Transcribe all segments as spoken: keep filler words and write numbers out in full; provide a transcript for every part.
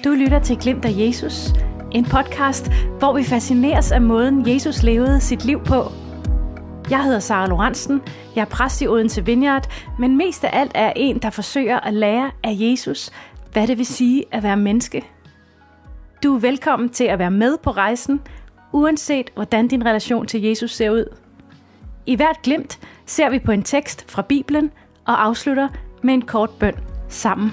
Du lytter til Glimt af Jesus, en podcast, hvor vi fascineres af måden, Jesus levede sit liv på. Jeg hedder Sara Lorentzen, jeg er præst i Odense Vineyard, men mest af alt er en, der forsøger at lære af Jesus, hvad det vil sige at være menneske. Du er velkommen til at være med på rejsen, uanset hvordan din relation til Jesus ser ud. I hvert glimt ser vi på en tekst fra Bibelen og afslutter med en kort bøn sammen.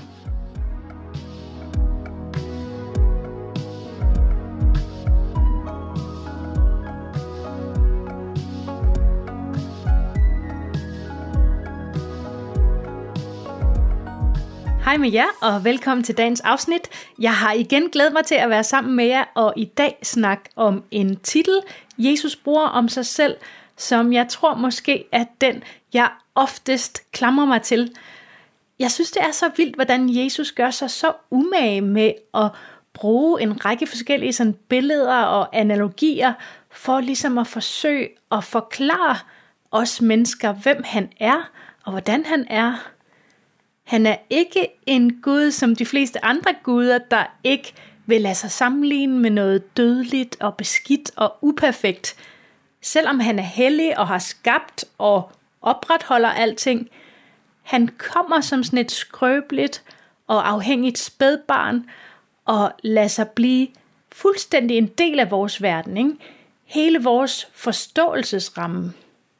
Hej med jer, og velkommen til dagens afsnit. Jeg har igen glædet mig til at være sammen med jer, og i dag snakke om en titel, Jesus bruger om sig selv, som jeg tror måske er den, jeg oftest klamrer mig til. Jeg synes, det er så vildt, hvordan Jesus gør sig så umage med at bruge en række forskellige sådan billeder og analogier, for ligesom at forsøge at forklare os mennesker, hvem han er, og hvordan han er. Han er ikke en Gud som de fleste andre guder, der ikke vil lade sig sammenligne med noget dødeligt og beskidt og uperfekt. Selvom han er hellig og har skabt og opretholder alting, han kommer som sådan et skrøbeligt og afhængigt spædbarn og lader sig blive fuldstændig en del af vores verden, ikke? Hele vores forståelsesramme.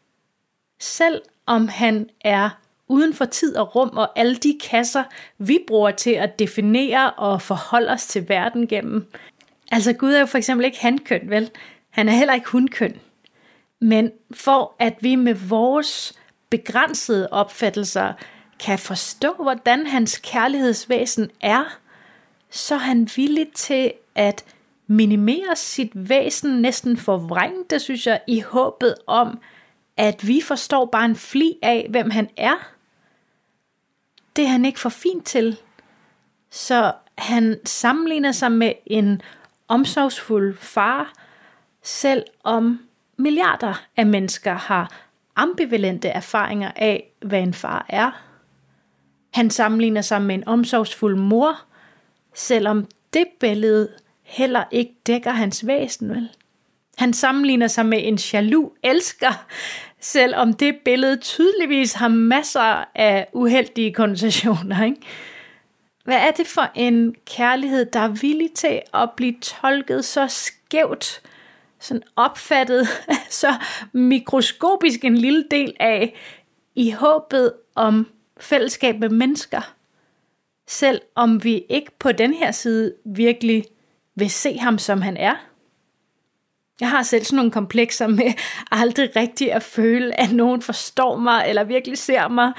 Selv om han er uden for tid og rum og alle de kasser, vi bruger til at definere og forholde os til verden gennem. Altså Gud er jo for eksempel ikke hankøn, vel? Han er heller ikke hunkøn. Men for at vi med vores begrænsede opfattelser kan forstå, hvordan hans kærlighedsvæsen er, så er han villig til at minimere sit væsen, næsten forvrænge det, synes jeg, i håbet om, at vi forstår bare en fli af, hvem han er. Det er han ikke for fint til. Så han sammenligner sig med en omsorgsfuld far, selv om milliarder af mennesker har ambivalente erfaringer af, hvad en far er. Han sammenligner sig med en omsorgsfuld mor, selvom det billede heller ikke dækker hans væsen, vel? Han sammenligner sig med en jaloux elsker, selvom det billede tydeligvis har masser af uheldige konnotationer, ikke? Hvad er det for en kærlighed, der er villig til at blive tolket så skævt, sådan opfattet så mikroskopisk en lille del af, i håbet om fællesskab med mennesker, selv om vi ikke på den her side virkelig vil se ham, som han er? Jeg har selv sådan nogle komplekser med aldrig rigtig at føle, at nogen forstår mig, eller virkelig ser mig.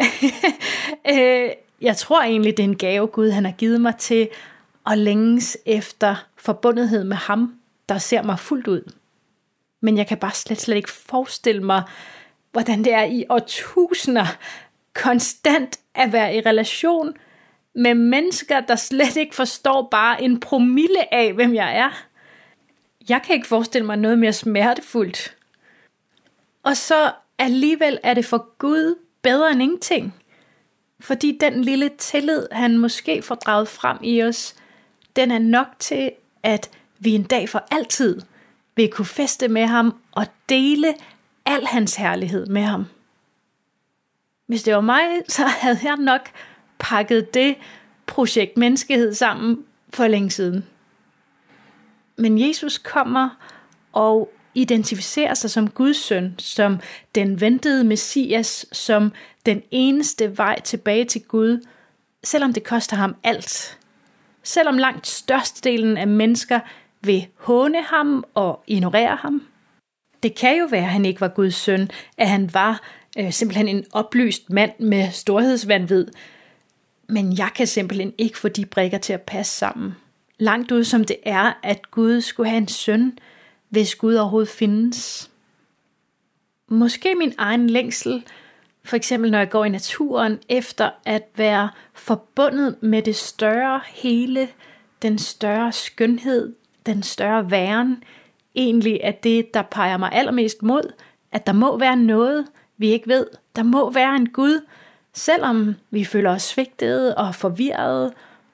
Jeg tror egentlig, det er en gave, Gud han har givet mig til at længes efter forbundethed med ham, der ser mig fuldt ud. Men jeg kan bare slet, slet ikke forestille mig, hvordan det er i årtusinder konstant at være i relation med mennesker, der slet ikke forstår bare en promille af, hvem jeg er. Jeg kan ikke forestille mig noget mere smertefuldt. Og så alligevel er det for Gud bedre end ingenting. Fordi den lille tillid, han måske får draget frem i os, den er nok til, at vi en dag for altid vil kunne feste med ham og dele al hans herlighed med ham. Hvis det var mig, så havde jeg nok pakket det projekt menneskehed sammen for længe siden. Men Jesus kommer og identificerer sig som Guds søn, som den ventede Messias, som den eneste vej tilbage til Gud, selvom det koster ham alt. Selvom langt størstedelen af mennesker vil håne ham og ignorere ham. Det kan jo være, at han ikke var Guds søn, at han var øh, simpelthen en oplyst mand med storhedsvanvid. Men jeg kan simpelthen ikke få de brikker til at passe sammen. Langt ud som det er, at Gud skulle have en søn, hvis Gud overhovedet findes. Måske min egen længsel, for eksempel når jeg går i naturen, efter at være forbundet med det større hele, den større skønhed, den større væren, egentlig er det, der peger mig allermest mod, at der må være noget, vi ikke ved. Der må være en Gud, selvom vi føler os svigtede og forvirrede,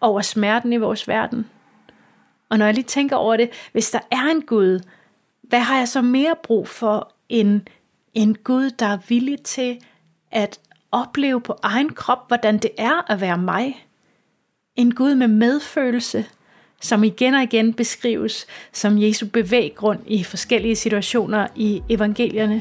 over smerten i vores verden. Og når jeg lige tænker over det, hvis der er en Gud, hvad har jeg så mere brug for end en Gud, der er villig til at opleve på egen krop, hvordan det er at være mig? En Gud med medfølelse, som igen og igen beskrives som Jesu bevæggrund i forskellige situationer i evangelierne.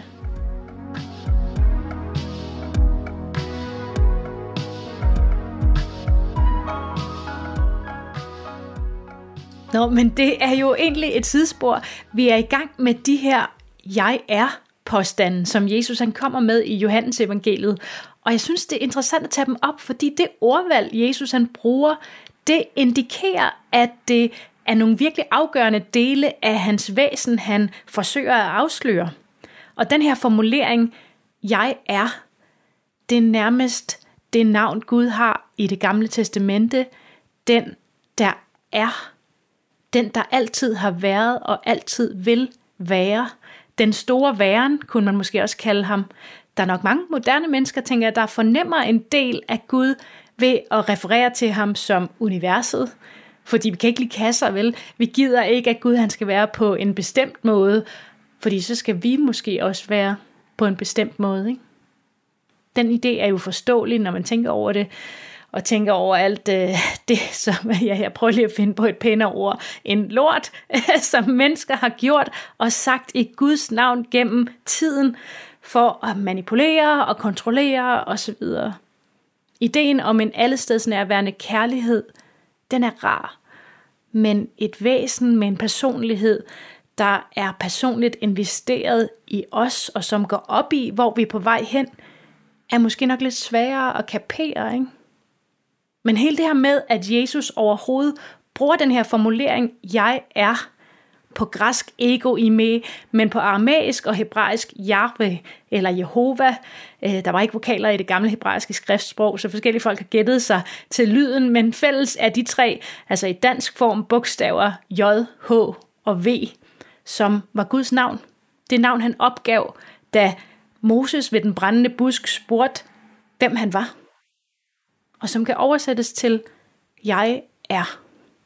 Nå, men det er jo egentlig et sidespor. Vi er i gang med de her jeg er påstanden, som Jesus han kommer med i Johannes evangeliet. Og jeg synes, det er interessant at tage dem op, fordi det ordvalg, Jesus han bruger, det indikerer, at det er nogle virkelig afgørende dele af hans væsen, han forsøger at afsløre. Og den her formulering, jeg er, det er nærmest det navn, Gud har i det gamle testamente. Den, der er. Den, der altid har været og altid vil være. Den store væren, kunne man måske også kalde ham. Der er nok mange moderne mennesker, tænker jeg, der fornemmer en del af Gud ved at referere til ham som universet. Fordi vi kan ikke lide kasser, vel? Vi gider ikke, at Gud han skal være på en bestemt måde, fordi så skal vi måske også være på en bestemt måde, ikke? Den idé er jo forståelig, når man tænker over det, og tænker over alt øh, det, som ja, jeg prøver lige at finde på et pænere ord, en lort, som mennesker har gjort og sagt i Guds navn gennem tiden, for at manipulere og kontrollere osv. Ideen om en allestedsnærværende kærlighed, den er rar, men et væsen med en personlighed, der er personligt investeret i os, og som går op i, hvor vi er på vej hen, er måske nok lidt sværere at kapere, ikke? Men hele det her med, at Jesus overhovedet bruger den her formulering, jeg er, på græsk ego ime, men på aramæisk og hebraisk Jahve eller Jehova. Der var ikke vokaler i det gamle hebraiske skriftsprog, så forskellige folk har gættet sig til lyden, men fælles er de tre, altså i dansk form, bogstaver J, H og V, som var Guds navn. Det navn han opgav, da Moses ved den brændende busk spurgte, hvem han var. Og som kan oversættes til, jeg er.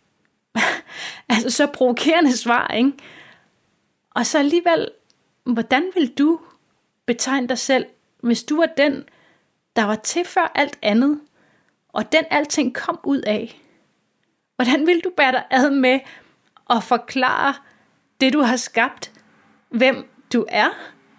Altså så provokerende svar, ikke? Og så alligevel, hvordan vil du betegne dig selv, hvis du var den, der var til før alt andet, og den alting kom ud af? Hvordan vil du bære dig ad med at forklare det, du har skabt, hvem du er?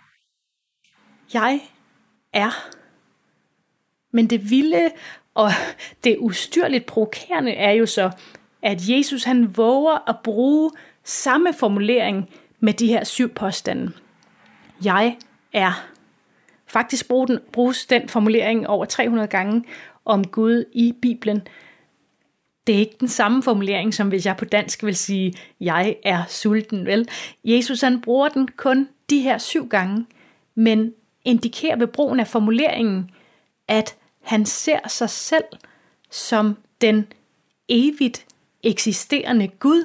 Jeg er. Men det vilde og det ustyrligt provokerende er jo så, at Jesus han våger at bruge samme formulering med de her syv påstande. Jeg er. Faktisk bruges den formulering over tre hundrede gange om Gud i Bibelen. Det er ikke den samme formulering, som hvis jeg på dansk vil sige, jeg er sulten, vel? Jesus han bruger den kun de her syv gange, men indikerer ved brugen af formuleringen, at han ser sig selv som den evigt eksisterende Gud.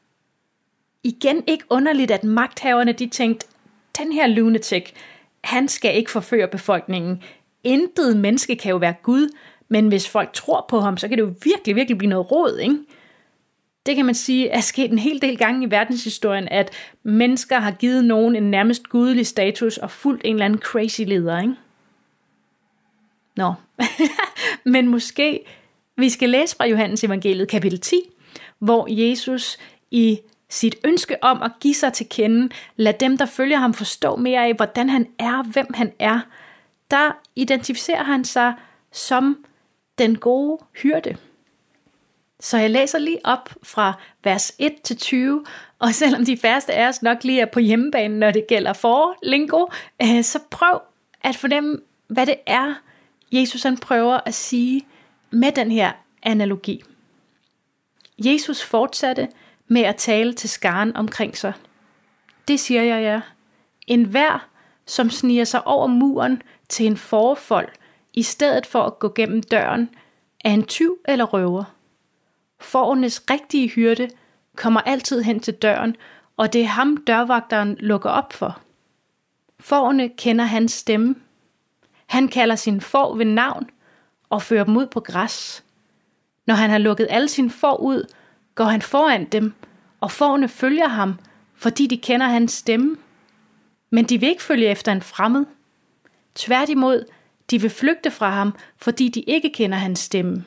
Igen ikke underligt, at magthaverne de tænkte, den her lunatic, han skal ikke forføre befolkningen. Intet menneske kan jo være Gud, men hvis folk tror på ham, så kan det jo virkelig, virkelig blive noget rod, ikke? Det kan man sige er sket en hel del gange i verdenshistorien, at mennesker har givet nogen en nærmest gudelig status og fulgt en eller anden crazy leder, ikke? Nå, men måske vi skal læse fra Johannes evangeliet kapitel ti, hvor Jesus i sit ønske om at give sig til kende, lad dem, der følger ham, forstå mere af, hvordan han er, hvem han er, der identificerer han sig som den gode hyrde. Så jeg læser lige op fra vers et til tyve, og selvom de færreste af os nok lige er på hjemmebane, når det gælder forlingo, så prøv at fornemme, hvad det er, Jesus han prøver at sige med den her analogi. Jesus fortsatte med at tale til skaren omkring sig. Det siger jeg jer. En hver, som sniger sig over muren til en forfold, i stedet for at gå gennem døren, er en tyv eller røver. Fårenes rigtige hyrde kommer altid hen til døren, og det er ham, dørvagteren lukker op for. Fårene kender hans stemme. Han kalder sin får ved navn og fører dem ud på græs. Når han har lukket alle sine får ud, går han foran dem, og fårene følger ham, fordi de kender hans stemme. Men de vil ikke følge efter en fremmed. Tværtimod, de vil flygte fra ham, fordi de ikke kender hans stemme.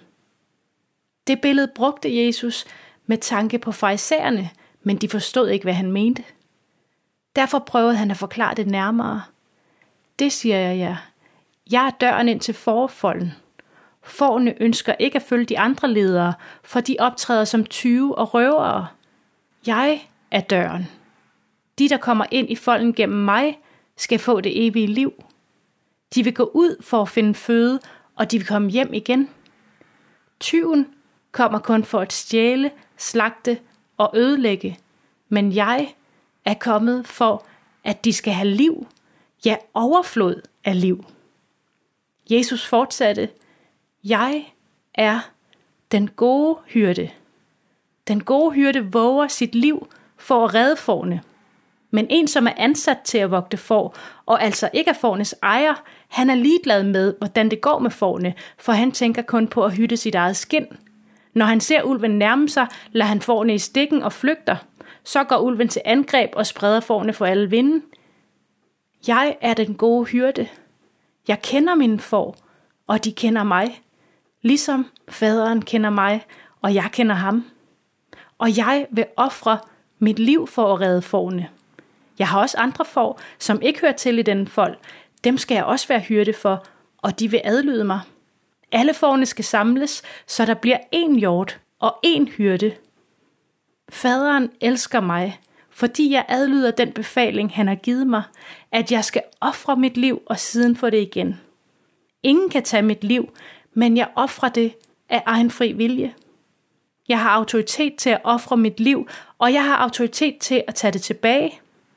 Det billede brugte Jesus med tanke på farisæerne, men de forstod ikke, hvad han mente. Derfor prøvede han at forklare det nærmere. Det siger jeg jer. Jeg er døren ind til fårefolden. Fårene ønsker ikke at følge de andre ledere, for de optræder som tyve og røvere. Jeg er døren. De, der kommer ind i folden gennem mig, skal få det evige liv. De vil gå ud for at finde føde, og de vil komme hjem igen. Tyven kommer kun for at stjæle, slagte og ødelægge, men jeg er kommet for, at de skal have liv, ja, overflod af liv. Jesus fortsatte, jeg er den gode hyrde. Den gode hyrde våger sit liv for at redde fårene. Men en, som er ansat til at vogte får, og altså ikke er fårenes ejer, han er ligeglad med, hvordan det går med fårene, for han tænker kun på at hytte sit eget skind. Når han ser ulven nærme sig, lader han fårene i stikken og flygter. Så går ulven til angreb og spreder fårene for alle vinde. Jeg er den gode hyrde. Jeg kender mine får, og de kender mig. Ligesom faderen kender mig, og jeg kender ham. Og jeg vil ofre mit liv for at redde fårene. Jeg har også andre får, som ikke hører til i denne fold. Dem skal jeg også være hyrde for, og de vil adlyde mig. Alle fårene skal samles, så der bliver én hjort og én hyrde. Faderen elsker mig, fordi jeg adlyder den befaling, han har givet mig, at jeg skal ofre mit liv og siden få det igen. Ingen kan tage mit liv, men jeg ofrer det af egen fri vilje. Jeg har autoritet til at ofre mit liv, og jeg har autoritet til at tage det tilbage.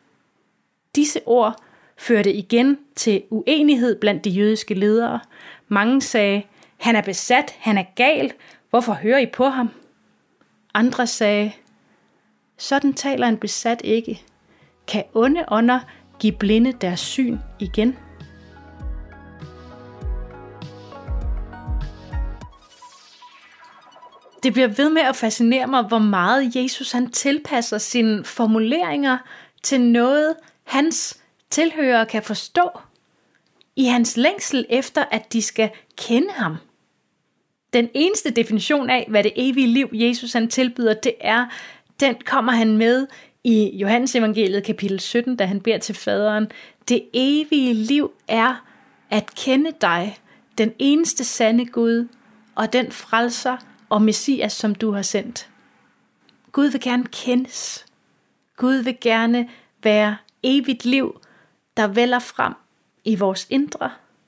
Disse ord førte igen til uenighed blandt de jødiske ledere. Mange sagde, han er besat, han er gal, hvorfor hører I på ham? Andre sagde, sådan taler en besat ikke. Kan onde ånder give blinde deres syn igen? Det bliver ved med at fascinere mig, hvor meget Jesus han tilpasser sine formuleringer til noget, hans tilhørere kan forstå. I hans længsel efter, at de skal kende ham. Den eneste definition af, hvad det evige liv, Jesus han tilbyder, det er, den kommer han med i Johannes evangeliet kapitel sytten, da han beder til faderen. Det evige liv er at kende dig, den eneste sande Gud, og den frelser og Messias, som du har sendt. Gud vil gerne kendes. Gud vil gerne være evigt liv, der vælger frem i vores indre.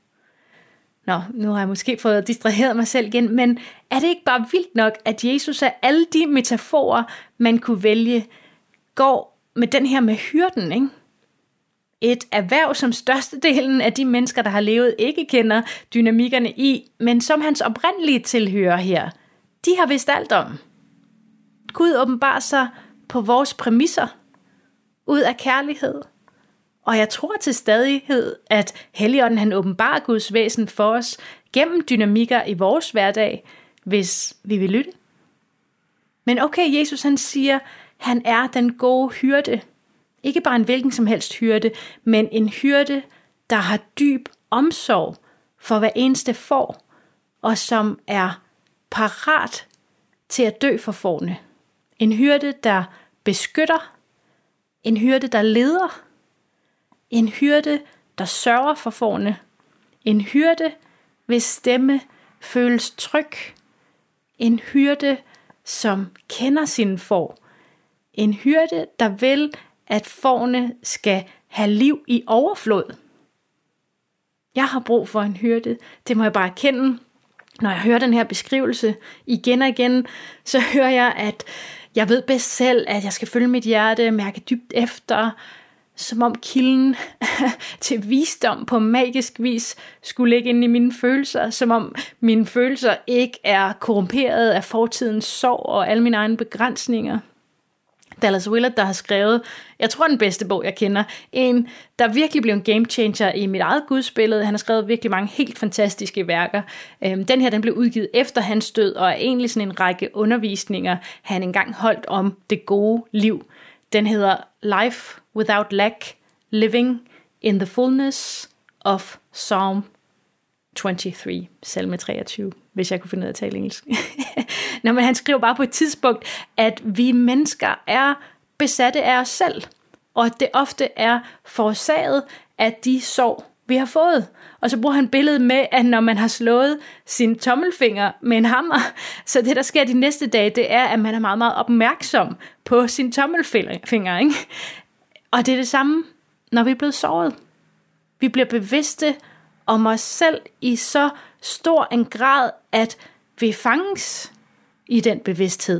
Nå, nu har jeg måske fået distraheret mig selv igen, men er det ikke bare vildt nok, at Jesus af alle de metaforer, man kunne vælge, går med den her med hyrden, ikke? Et erhverv, som størstedelen af de mennesker, der har levet, ikke kender dynamikkerne i, men som hans oprindelige tilhører her, de har vidst alt om. Gud åbenbarer sig på vores præmisser, ud af kærlighed. Og jeg tror til stadighed, at Helligånden han åbenbarer Guds væsen for os gennem dynamikker i vores hverdag, hvis vi vil lytte. Men okay, Jesus han siger, han er den gode hyrde. Ikke bare en hvilken som helst hyrde, men en hyrde, der har dyb omsorg for hver eneste får, og som er parat til at dø for fårene. En hyrde, der beskytter. En hyrde, der leder. En hyrde, der sørger for fårene. En hyrde, hvis stemme føles tryg. En hyrde, som kender sine får. En hyrde, der vil, at fårene skal have liv i overflod. Jeg har brug for en hyrde. Det må jeg bare erkende. Når jeg hører den her beskrivelse igen og igen, så hører jeg, at jeg ved bedst selv, at jeg skal følge mit hjerte, mærke dybt efter, som om kilden til visdom på magisk vis skulle ligge inde i mine følelser, som om mine følelser ikke er korrumperet af fortidens sorg og alle mine egne begrænsninger. Dallas Willard, der har skrevet, jeg tror den bedste bog, jeg kender. En, der virkelig blev en game changer i mit eget gudsbillede. Han har skrevet virkelig mange helt fantastiske værker. Den her, den blev udgivet efter hans død, og er egentlig sådan en række undervisninger, han engang holdt om det gode liv. Den hedder Life Without Lack, Living in the Fullness of Psalm toogtyve, salme treogtyve, hvis jeg kunne finde ud af at tale engelsk. Nå, men han skriver bare på et tidspunkt, at vi mennesker er besatte af os selv, og at det ofte er forårsaget af de sår, vi har fået. Og så bruger han billedet med, at når man har slået sin tommelfinger med en hammer, så det, der sker de næste dage, det er, at man er meget, meget opmærksom på sin tommelfinger. Ikke? Og det er det samme, når vi er blevet såret. Vi bliver bevidste om os selv i så stor en grad, at vi fanges i den bevidsthed.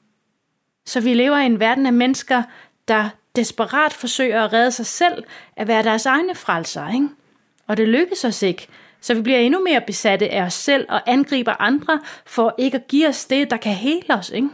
Så vi lever i en verden af mennesker, der desperat forsøger at redde sig selv, at være deres egne frelser, ikke? Og det lykkes os ikke, så vi bliver endnu mere besatte af os selv og angriber andre for ikke at give os det, der kan hele os, ikke?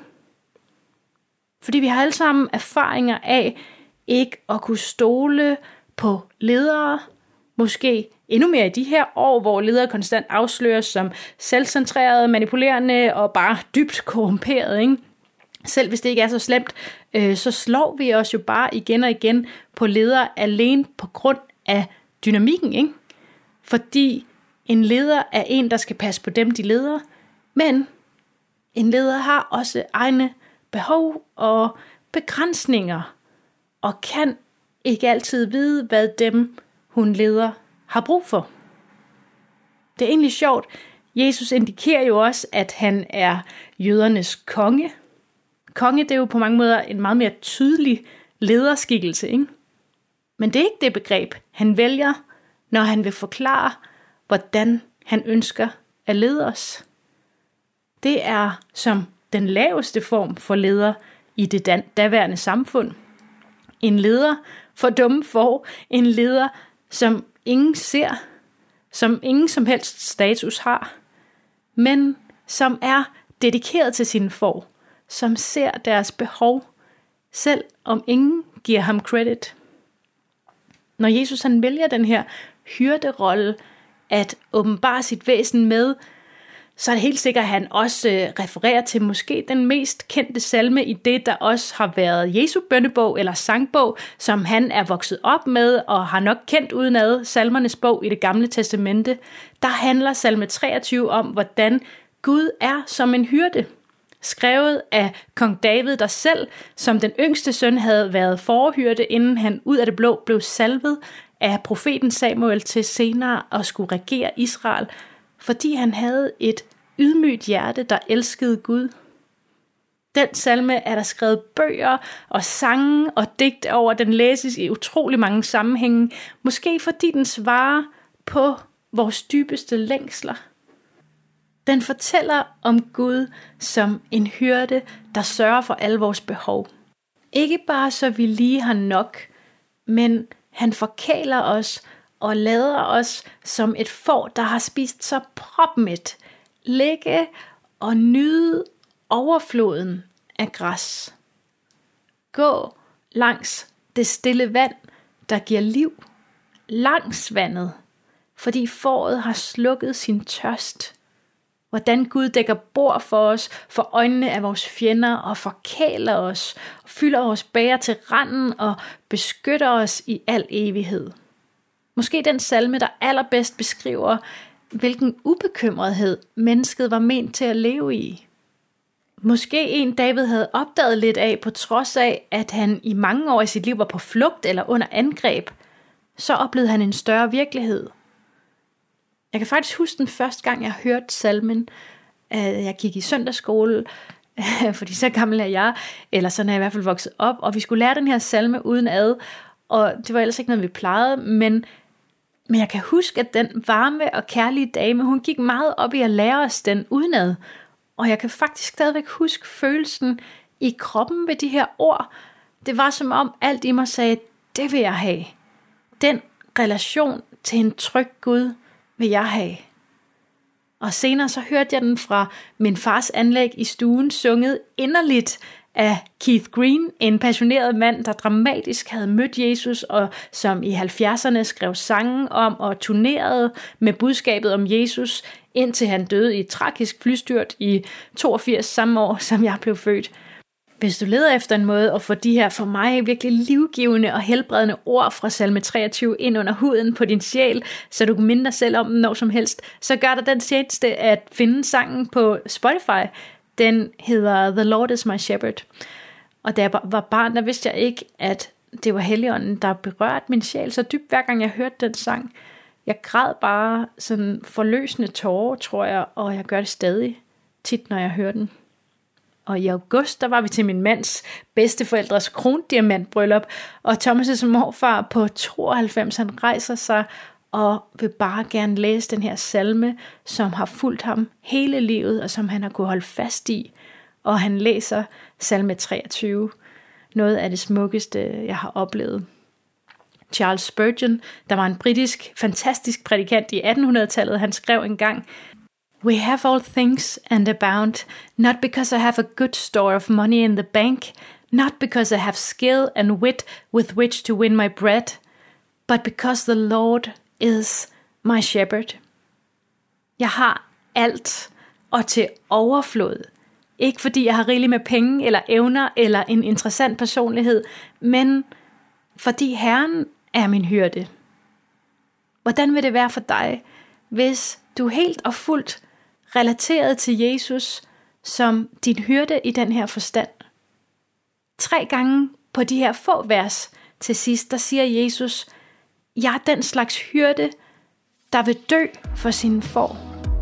Fordi vi har alle sammen erfaringer af ikke at kunne stole på ledere, måske endnu mere i de her år, hvor ledere konstant afsløres som selvcentrerede, manipulerende og bare dybt korrumperede, ikke? Selv hvis det ikke er så slemt, øh, så slår vi os jo bare igen og igen på ledere alene på grund af dynamikken, ikke? Fordi en leder er en, der skal passe på dem, de leder, men en leder har også egne behov og begrænsninger, og kan ikke altid vide, hvad dem, hun leder, har brug for. Det er egentlig sjovt. Jesus indikerer jo også, at han er jødernes konge. Konge, det er jo på mange måder en meget mere tydelig lederskikkelse, ikke? Men det er ikke det begreb, han vælger, når han vil forklare, hvordan han ønsker at lede os. Det er som den laveste form for leder i det daværende samfund. En leder for dumme får, en leder, som ingen ser, som ingen som helst status har, men som er dedikeret til sine får, som ser deres behov, selv om ingen giver ham credit. Når Jesus han vælger den her hyrderolle at åbenbare sit væsen med, så er det helt sikkert, at han også refererer til måske den mest kendte salme i det, der også har været Jesu bønnebog eller sangbog, som han er vokset op med og har nok kendt udenad, salmernes bog i det gamle testamente. Der handler salme treogtyve om, hvordan Gud er som en hyrde. Skrevet af kong David, der selv som den yngste søn havde været forhyrte, inden han ud af det blå blev salvet af profeten Samuel til senere at skulle regere Israel, fordi han havde et ydmygt hjerte, der elskede Gud. Den salme er der skrevet bøger og sange og digte over, den læses i utrolig mange sammenhænge, måske fordi den svarer på vores dybeste længsler. Den fortæller om Gud som en hyrde, der sørger for alle vores behov. Ikke bare så vi lige har nok, men han forkæler os og lader os som et får, der har spist så propmæt, ligge og nyde overfloden af græs. Gå langs det stille vand, der giver liv, langs vandet, fordi fåret har slukket sin tørst. Hvordan Gud dækker bord for os, for øjnene af vores fjender og forkæler os, og fylder vores bæger til randen og beskytter os i al evighed. Måske den salme, der allerbedst beskriver, hvilken ubekymrethed mennesket var ment til at leve i. Måske en David havde opdaget lidt af, på trods af, at han i mange år i sit liv var på flugt eller under angreb, så oplevede han en større virkelighed. Jeg kan faktisk huske den første gang, jeg hørte salmen. Jeg gik i søndagsskole, fordi så gammel er jeg, eller sådan er jeg i hvert fald vokset op, og vi skulle lære den her salme uden ad, og det var ellers ikke noget, vi plejede, men, men jeg kan huske, at den varme og kærlige dame, hun gik meget op i at lære os den udenad, og jeg kan faktisk stadigvæk huske følelsen i kroppen ved de her ord. Det var som om alt i mig sagde, det vil jeg have. Den relation til en tryg Gud vil jeg have. Og senere så hørte jeg den fra min fars anlæg i stuen, sunget inderligt af Keith Green, en passioneret mand, der dramatisk havde mødt Jesus, og som i halvfjerdserne skrev sange om og turnerede med budskabet om Jesus, indtil han døde i et tragisk flystyrt i toogfirs, samme år, som jeg blev født. Hvis du leder efter en måde at få de her for mig virkelig livgivende og helbredende ord fra salme treogtyve ind under huden på din sjæl, så du kan minde dig selv om den når som helst, så gør dig den tjeneste at finde sangen på Spotify. Den hedder The Lord is my shepherd. Og da jeg var barn, der vidste jeg ikke, at det var Helligånden, der berørte min sjæl så dybt, hver gang jeg hørte den sang. Jeg græd bare sådan forløsende tårer, tror jeg, og jeg gør det stadig tit, når jeg hører den. Og i august, der var vi til min mands bedsteforældres krondiamantbryllup, og Thomas' morfar på tooghalvfems, han rejser sig og vil bare gerne læse den her salme, som har fulgt ham hele livet, og som han har kunnet holde fast i. Og han læser salme treogtyve, noget af det smukkeste, jeg har oplevet. Charles Spurgeon, der var en britisk, fantastisk prædikant i attenhundredetallet, han skrev engang: "We have all things and abound, not because I have a good store of money in the bank, not because I have skill and wit with which to win my bread, but because the Lord is my shepherd." Jeg har alt og til overflod. Ikke fordi jeg har rigeligt med penge eller evner eller en interessant personlighed, men fordi Herren er min hyrde. Hvordan vil det være for dig, hvis du helt og fuldt relateret til Jesus som din hyrde i den her forstand? Tre gange på de her få vers til sidst, der siger Jesus: "Jeg er den slags hyrde, der vil dø for sine får."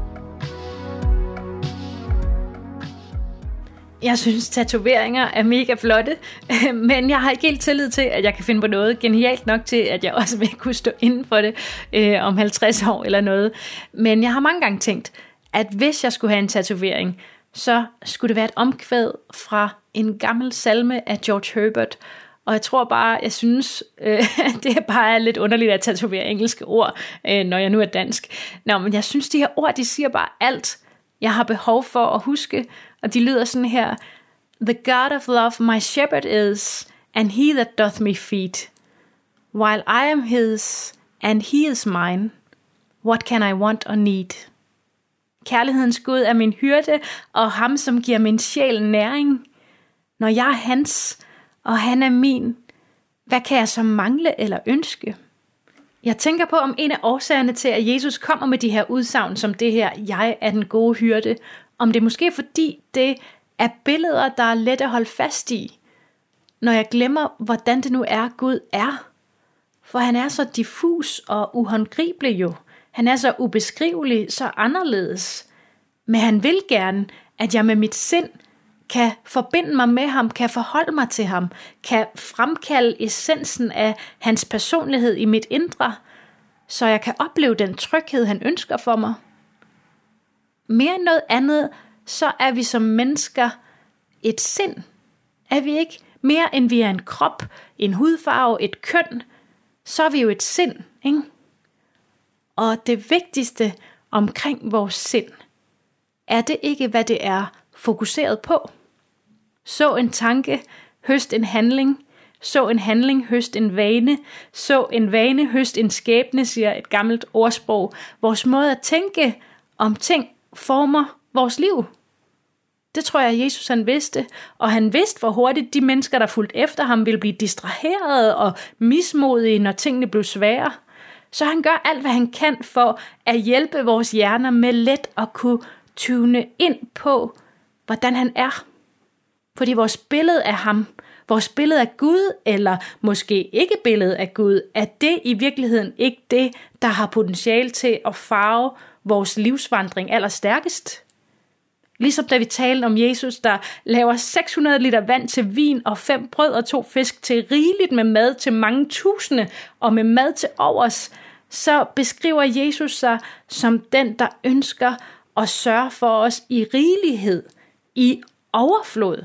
Jeg synes, tatoveringer er mega flotte, men jeg har ikke helt tillid til, at jeg kan finde på noget genialt nok til, at jeg også vil kunne stå inden for det øh, om halvtreds år eller noget. Men jeg har mange gange tænkt, at hvis jeg skulle have en tatovering, så skulle det være et omkvæd fra en gammel salme af George Herbert. Og jeg tror bare, jeg synes, øh, det er bare lidt underligt at tatovere engelske ord, øh, når jeg nu er dansk. Nå, men jeg synes, de her ord, de siger bare alt, jeg har behov for at huske. Og de lyder sådan her: "The God of love my shepherd is, and he that doth me feed. While I am his, and he is mine, what can I want or need?" Kærlighedens Gud er min hyrde, og ham, som giver min sjæl næring. Når jeg er hans, og han er min, hvad kan jeg så mangle eller ønske? Jeg tænker på, om en af årsagerne til, at Jesus kommer med de her udsagn som det her: "Jeg er den gode hyrde", om det måske er fordi det er billeder, der er let at holde fast i, når jeg glemmer, hvordan det nu er, Gud er. For han er så diffus og uhåndgribelig jo. Han er så ubeskrivelig, så anderledes. Men han vil gerne, at jeg med mit sind kan forbinde mig med ham, kan forholde mig til ham, kan fremkalde essensen af hans personlighed i mit indre, så jeg kan opleve den tryghed, han ønsker for mig. Mere end noget andet, så er vi som mennesker et sind. Er vi ikke? Mere end vi er en krop, en hudfarve, et køn, så er vi jo et sind, ikke? Og det vigtigste omkring vores sind, er det ikke, hvad det er fokuseret på? Så en tanke, høst en handling. Så en handling, høst en vane. Så en vane, høst en skæbne, siger et gammelt ordsprog. Vores måde at tænke om ting former vores liv. Det tror jeg, Jesus han vidste, og han vidste, hvor hurtigt de mennesker, der fulgte efter ham, ville blive distraherede og mismodige, når tingene blev svære. Så han gør alt, hvad han kan for at hjælpe vores hjerner med let at kunne tune ind på, hvordan han er. Fordi vores billede af ham, vores billede af Gud, eller måske ikke billede af Gud, er det i virkeligheden ikke det, der har potentiale til at farve vores livsvandring allerstærkest. Ligesom da vi talte om Jesus, der laver seks hundrede liter vand til vin og fem brød og to fisk til rigeligt med mad til mange tusinde og med mad til overs, så beskriver Jesus sig som den, der ønsker at sørge for os i rigelighed, i overflod.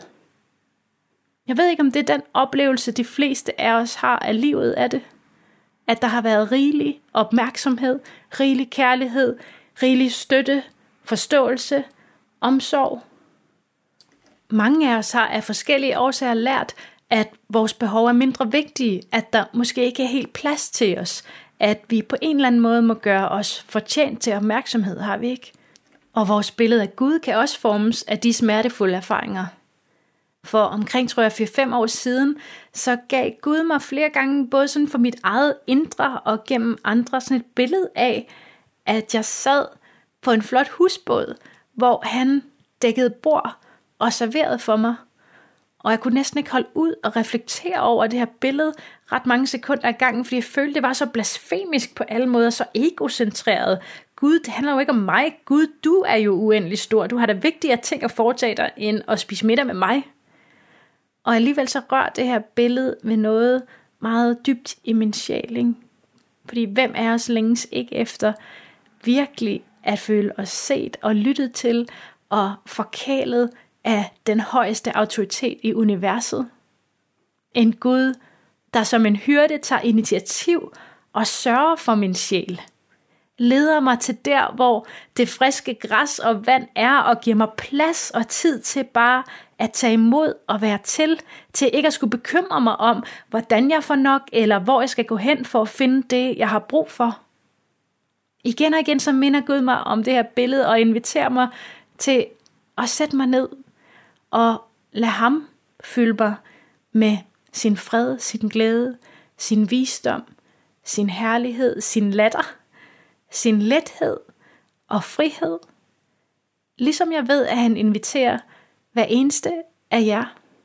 Jeg ved ikke, om det er den oplevelse, de fleste af os har af livet af det. At der har været rigelig opmærksomhed, rigelig kærlighed, rigelig støtte, forståelse, omsorg. mange af os har af forskellige årsager lært, at vores behov er mindre vigtige, at der måske ikke er helt plads til os, at vi på en eller anden måde må gøre os fortjent til opmærksomhed, har vi ikke? Og vores billede af Gud kan også formes af de smertefulde erfaringer. For omkring, tror jeg, fire fem år siden, så gav Gud mig flere gange, både sådan for mit eget indre og gennem andre, sådan et billede af, at jeg sad på en flot husbåd, hvor han dækkede bord og serverede for mig. Og jeg kunne næsten ikke holde ud og reflektere over det her billede ret mange sekunder ad gangen, fordi jeg følte, det var så blasfemisk på alle måder, så egocentreret. Gud, det handler jo ikke om mig. Gud, du er jo uendelig stor. Du har da vigtigere ting at foretage dig, end at spise middag med mig. Og alligevel så rør det her billede med noget meget dybt i min sjæl, ikke? Fordi hvem af os længes ikke efter virkelig at føle os set og lyttet til og forkælet af den højeste autoritet i universet. En Gud, der som en hyrde tager initiativ og sørger for min sjæl. Leder mig til der, hvor det friske græs og vand er, og giver mig plads og tid til bare at tage imod og være til, til ikke at skulle bekymre mig om, hvordan jeg får nok, eller hvor jeg skal gå hen for at finde det, jeg har brug for. Igen og igen så minder Gud mig om det her billede og inviterer mig til at sætte mig ned og lade ham fylde mig med sin fred, sin glæde, sin visdom, sin herlighed, sin latter, sin lethed og frihed. Ligesom jeg ved, at han inviterer hver eneste af jer.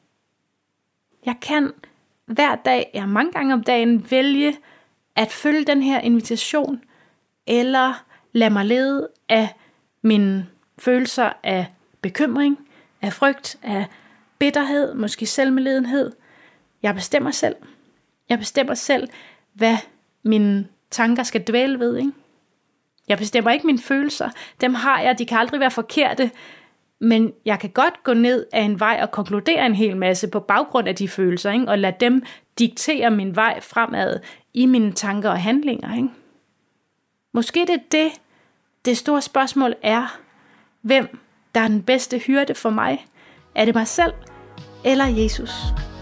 Jeg kan hver dag, ja mange gange om dagen, vælge at følge den her invitation, eller lade mig lede af mine følelser af bekymring, af frygt, af bitterhed, måske selvmedlidenhed. Jeg bestemmer selv. Jeg bestemmer selv, hvad mine tanker skal dvæle ved, ikke? Jeg bestemmer ikke mine følelser. Dem har jeg, de kan aldrig være forkerte. Men jeg kan godt gå ned ad en vej og konkludere en hel masse på baggrund af de følelser, ikke? Og lade dem diktere min vej fremad i mine tanker og handlinger, ikke? Måske det er det, det store spørgsmål er, hvem der er den bedste hyrde for mig. Er det mig selv eller Jesus?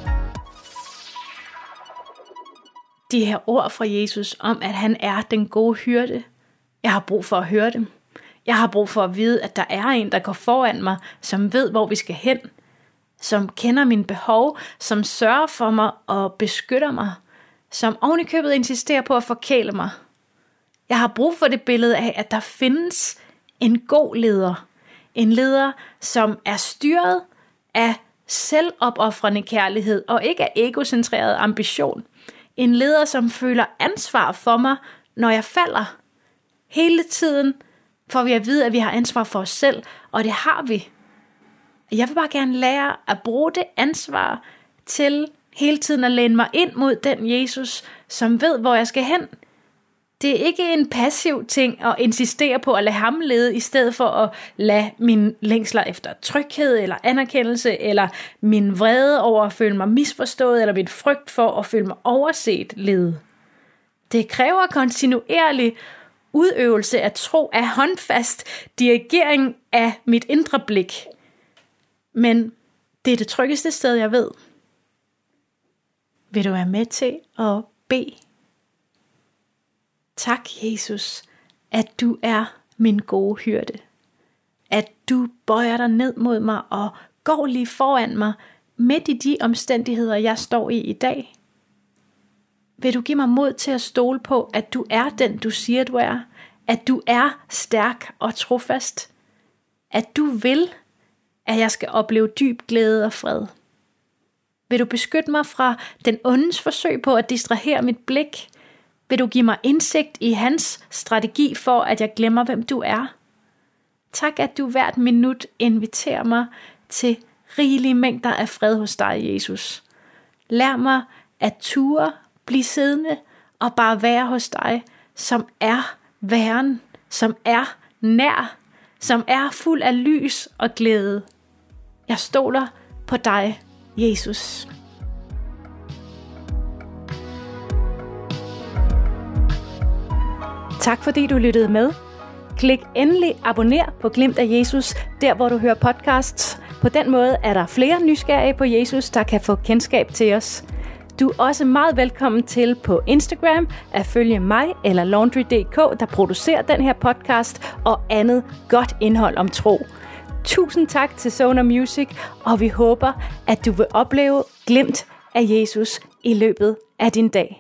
De her ord fra Jesus om, at han er den gode hyrde. Jeg har brug for at høre dem. Jeg har brug for at vide, at der er en, der går foran mig, som ved, hvor vi skal hen. Som kender mine behov, som sørger for mig og beskytter mig. Som oven i købet insisterer på at forkæle mig. Jeg har brug for det billede af, at der findes en god leder. En leder, som er styret af selvopofrende kærlighed og ikke af egocentreret ambition. En leder, som føler ansvar for mig, når jeg falder. Hele tiden får vi at vide, at vi har ansvar for os selv, og det har vi. Jeg vil bare gerne lære at bruge det ansvar til hele tiden at læne mig ind mod den Jesus, som ved, hvor jeg skal hen. Det er ikke en passiv ting at insistere på at lade ham lede, i stedet for at lade mine længsler efter tryghed eller anerkendelse, eller min vrede over at føle mig misforstået, eller min frygt for at føle mig overset lede. Det kræver kontinuerlig udøvelse af tro, af håndfast dirigering af mit indre blik. Men det er det tryggeste sted, jeg ved. Vil du være med til at bede? Tak, Jesus, at du er min gode hyrde. At du bøjer dig ned mod mig og går lige foran mig midt i de omstændigheder, jeg står i i dag. Vil du give mig mod til at stole på, at du er den, du siger, du er? At du er stærk og trofast? At du vil, at jeg skal opleve dyb glæde og fred? Vil du beskytte mig fra den ondes forsøg på at distrahere mit blik? Vil du give mig indsigt i hans strategi for, at jeg glemmer, hvem du er? Tak, at du hvert minut inviterer mig til rigelige mængder af fred hos dig, Jesus. Lær mig at ture, blive siddende og bare være hos dig, som er væren, som er nær, som er fuld af lys og glæde. Jeg stoler på dig, Jesus. Tak fordi du lyttede med. Klik endelig abonner på Glimt af Jesus, der hvor du hører podcasts. På den måde er der flere nysgerrige på Jesus, der kan få kendskab til os. Du er også meget velkommen til på Instagram at følge mig eller Laundry punktum d k, der producerer den her podcast og andet godt indhold om tro. Tusind tak til Sonar Music, og vi håber, at du vil opleve glimt af Jesus i løbet af din dag.